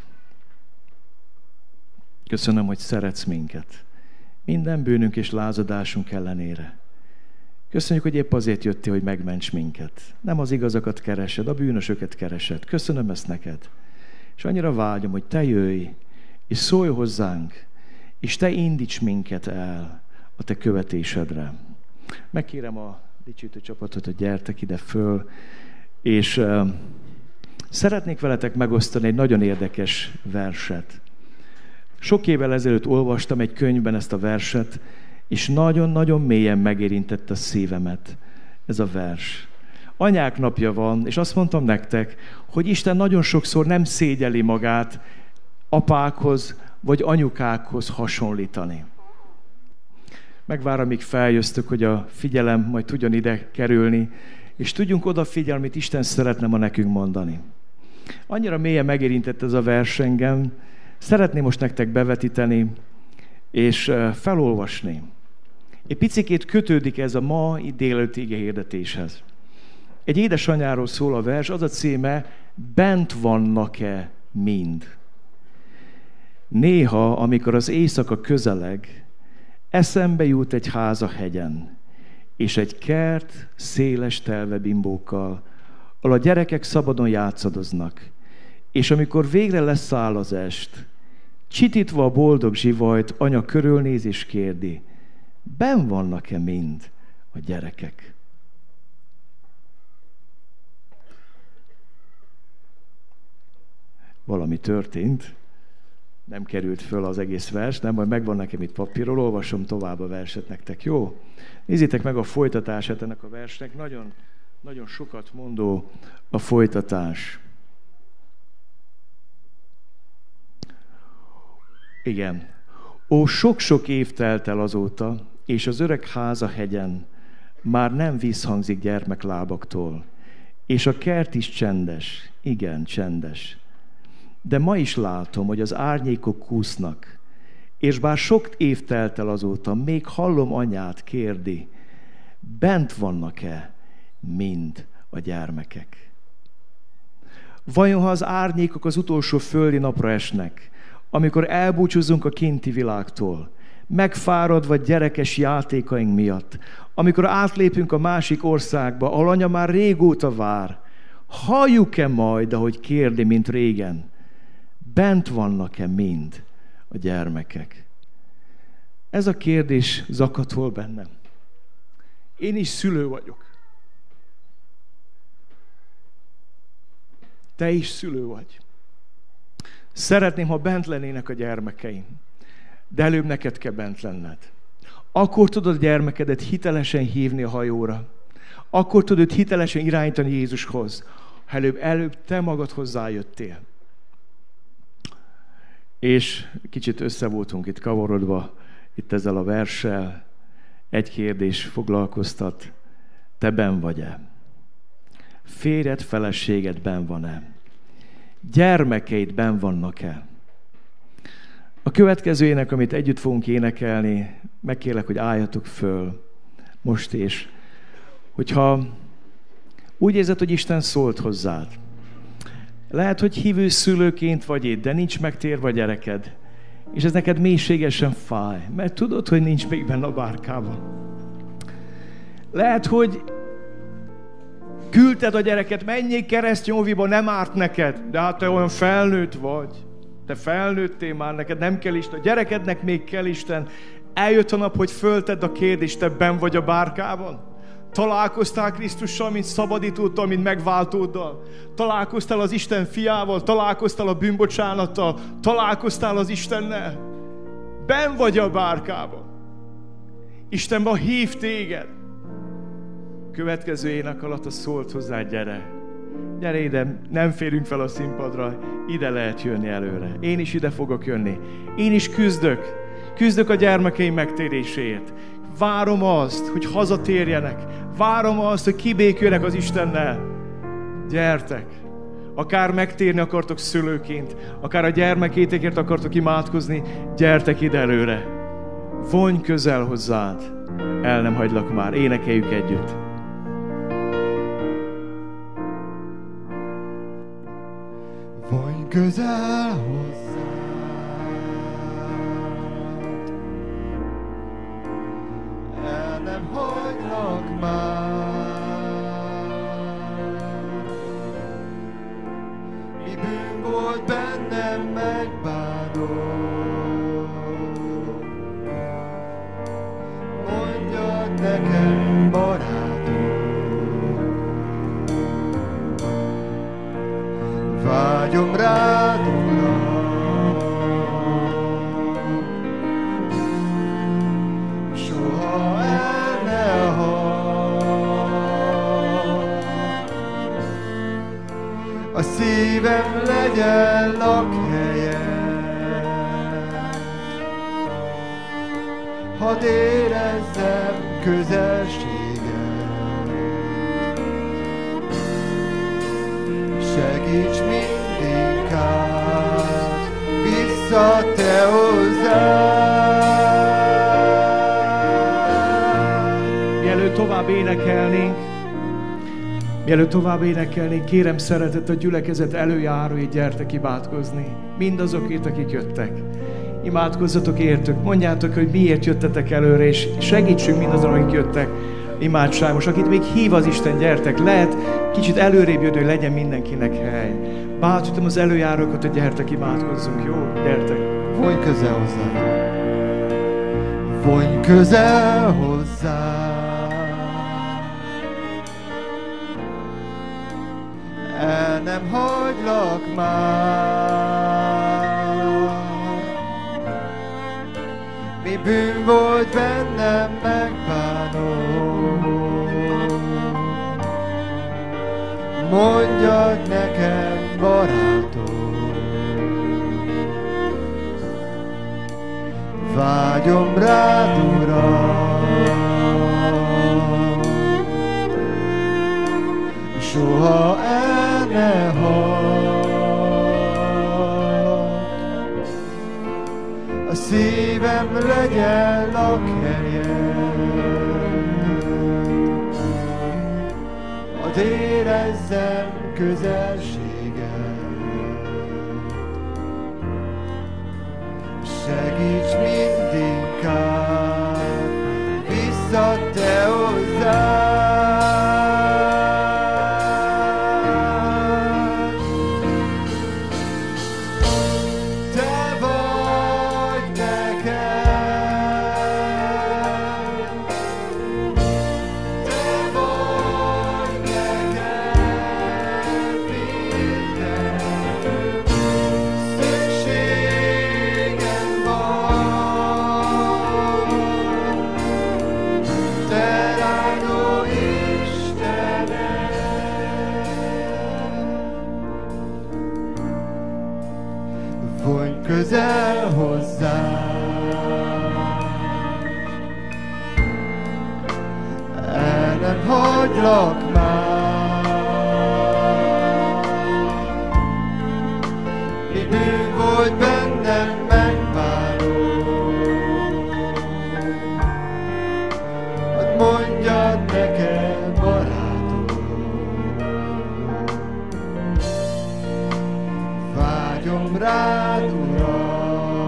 Köszönöm, hogy szeretsz minket. Minden bűnünk és lázadásunk ellenére. Köszönjük, hogy épp azért jöttél, hogy megments minket. Nem az igazakat keresed, a bűnösöket keresed. Köszönöm ezt neked. És annyira vágyom, hogy Te jöjj, és szólj hozzánk, és Te indíts minket el a Te követésedre. Megkérem a dicsőítő csapatot, hogy gyertek ide föl, és uh, szeretnék veletek megosztani egy nagyon érdekes verset. Sok évvel ezelőtt olvastam egy könyvben ezt a verset, és nagyon-nagyon mélyen megérintette a szívemet ez a vers. Anyák napja van, és azt mondtam nektek, hogy Isten nagyon sokszor nem szégyeli magát apákhoz vagy anyukákhoz hasonlítani. Megvárom, amíg feljöztök, hogy a figyelem majd tudjon ide kerülni, és tudjunk odafigyelni, amit Isten szeretne ma nekünk mondani. Annyira mélyen megérintett ez a vers engem, szeretném most nektek bevetíteni, és felolvasni. Egy picikét kötődik ez a ma délelőtti igehirdetéshez. Egy édesanyáról szól a vers, az a címe, bent vannak-e mind. Néha, amikor az éjszaka közeleg, eszembe jut egy ház a hegyen, és egy kert széles telvebimbókkal, ahol a gyerekek szabadon játszadoznak, és amikor végre leszáll az est, csitítva a boldog zsivajt, anya körülnéz és kérdi, benn vannak-e mind a gyerekek? Valami történt, nem került föl az egész vers, nem, majd megvan nekem itt papírról, olvasom tovább a verset nektek, jó? Nézzétek meg a folytatását ennek a versnek, nagyon, nagyon sokat mondó a folytatás. Igen. Ó, sok-sok év telt el azóta, és az öreg ház a hegyen már nem visszhangzik gyermeklábaktól, és a kert is csendes, igen, csendes. De ma is látom, hogy az árnyékok kúsznak, és bár sok év telt el azóta, még hallom anyát kérdi, bent vannak-e mind a gyermekek? Vajon ha az árnyékok az utolsó földi napra esnek, amikor elbúcsúzunk a kinti világtól, megfáradva gyerekes játékaink miatt, amikor átlépünk a másik országba, ahol anya már régóta vár, halljuk-e majd, ahogy kérdi, mint régen, bent vannak-e mind a gyermekek? Ez a kérdés zakatol bennem. Én is szülő vagyok. Te is szülő vagy. Szeretném, ha bent lennének a gyermekeim, de előbb neked kell bent lenned. Akkor tudod a gyermekedet hitelesen hívni a hajóra. Akkor tudod hitelesen irányítani Jézushoz, ha előbb, előbb te magad hozzájöttél. És kicsit össze voltunk itt kavarodva, itt ezzel a verssel. Egy kérdés foglalkoztat, te benn vagy-e? Férjed, feleséged benn van-e? Gyermekeid benn vannak-e? A következő ének, amit együtt fogunk énekelni, megkérlek, hogy álljatok föl most is. Hogyha úgy érzed, hogy Isten szólt hozzád, lehet, hogy hívő szülőként vagy itt, de nincs megtérve a gyereked, és ez neked mélységesen fáj, mert tudod, hogy nincs még benne a bárkában. Lehet, hogy küldted a gyereket, menjél keresztényóviba, nem árt neked, de hát te olyan felnőtt vagy. Te felnőttél már, neked nem kell Isten. A gyerekednek még kell Isten. Eljött a nap, hogy föltedd a kérdést, te benn vagy a bárkában? Találkoztál Krisztussal, mint szabadítóddal, mint megváltóddal? Találkoztál az Isten fiával? Találkoztál a bűnbocsánattal? Találkoztál az Istennel? Benn vagy a bárkában? Isten ma hív téged. Következő ének alatt a szólt hozzá, gyere. Gyere ide, nem férünk fel a színpadra, ide lehet jönni előre. Én is ide fogok jönni. Én is küzdök. Küzdök a gyermekeim megtéréséért. Várom azt, hogy hazatérjenek. Várom azt, hogy kibéküljenek az Istennel. Gyertek! Akár megtérni akartok szülőként, akár a gyermekétekért akartok imádkozni, gyertek ide előre. Vonj közel hozzád. El nem hagylak már. Énekeljük együtt. Vonj közel hozzád. El nem hagylak már. Mi bűn volt benne, bennem megbánod. Mondjad nekem, barátom, vágyom rád, Uram, soha el ne hagy. A szívem legyen lakhelye, hadd érezzem közelséget. Segíts mindinkább vissza te hozzád. Mielőtt tovább énekelnénk, mielőtt tovább énekelnénk, kérem szeretett a gyülekezet előjárói, gyertek imádkozni. Mindazokért, akik jöttek. Imádkozzatok értük, mondjátok, hogy miért jöttetek előre, és segítsünk mindazon, akik jöttek imádságos. Akit még hív az Isten, gyertek, lehet kicsit előrébb jönni, hogy legyen mindenkinek hely. Bátorítom az előjárókat, hogy gyertek, imádkozzunk, jó? Gyertek! Vonj közel hozzá! Vonj közel hozzá! El nem hagylak már. Mi bűn volt bennem, megbánom. Mondjad nekem, barátom, vágyom rád, Uram, soha el ne hagy. A szívem legyen lakhelye, hadd érezzem közelséget. Segíts mindinkább vissza te hozzád. Te vagy nekem, te vagy nekem minden. Szükségem van, te rád, ó Istenem. Vonj közel hozzám, el nem hagylak már. Mi bűn volt bennem, megbánom. Hadd mondjad nekem, barátom, vágyom rád, Uram,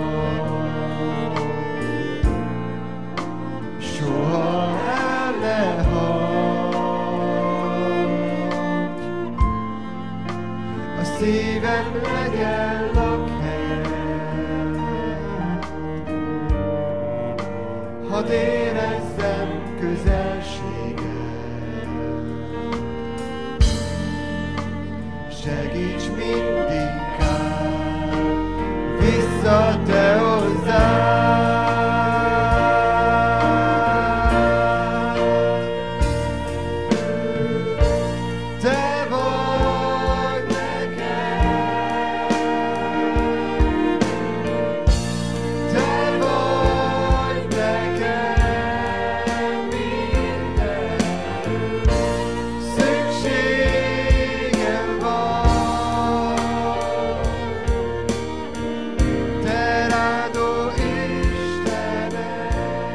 soha el ne hagy. A szívem legyen lakhelye, hadd érezzem közelséget. Segíts mindinkább vissza te hozzád. Te vagy nekem, te vagy nekem minden. Szükségem van, te rád, ó Istenem.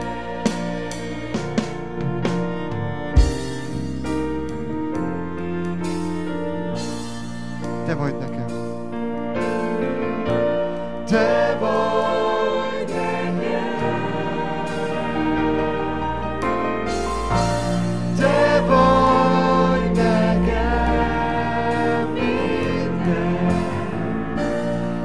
Te vagy nekem. Te vagy nekem. Te vagy nekem minden.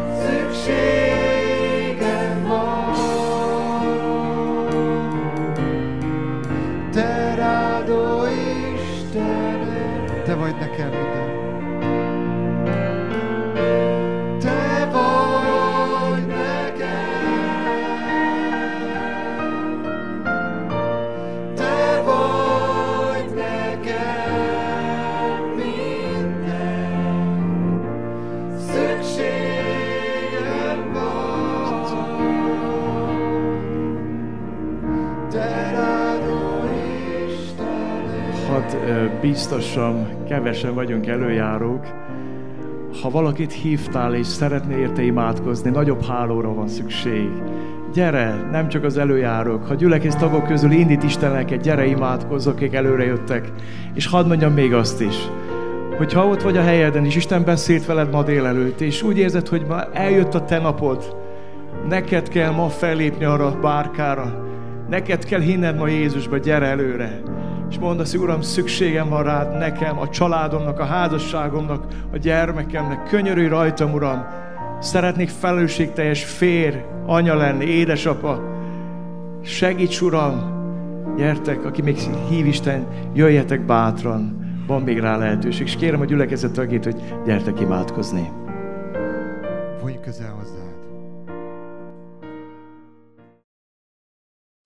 bíztassam, kevesen vagyunk előjárók. Ha valakit hívtál és szeretné érte imádkozni, nagyobb hálóra van szükség. Gyere, nem csak az előjárók. Ha gyülekezet tagok közül indít Isten lelket, gyere imádkozz, akik előre jöttek. És hadd mondjam még azt is, hogy ha ott vagy a helyeden, és Isten beszélt veled ma délelőtt, és úgy érzed, hogy ma eljött a te napod, neked kell ma fellépni arra a bárkára, neked kell hinned ma Jézusba, gyere előre. És mondd azt, Uram, szükségem van rád, nekem, a családomnak, a házasságomnak, a gyermekemnek. Könyörülj rajtam, Uram. Szeretnék felelősségteljes férj, anya lenni, édesapa. Segíts, Uram. Gyertek, aki még hív Isten, jöjjetek bátran. Van még rá lehetőség. És kérem a gyülekezet tagjait, hogy gyertek imádkozni. Vonj közel hozzád.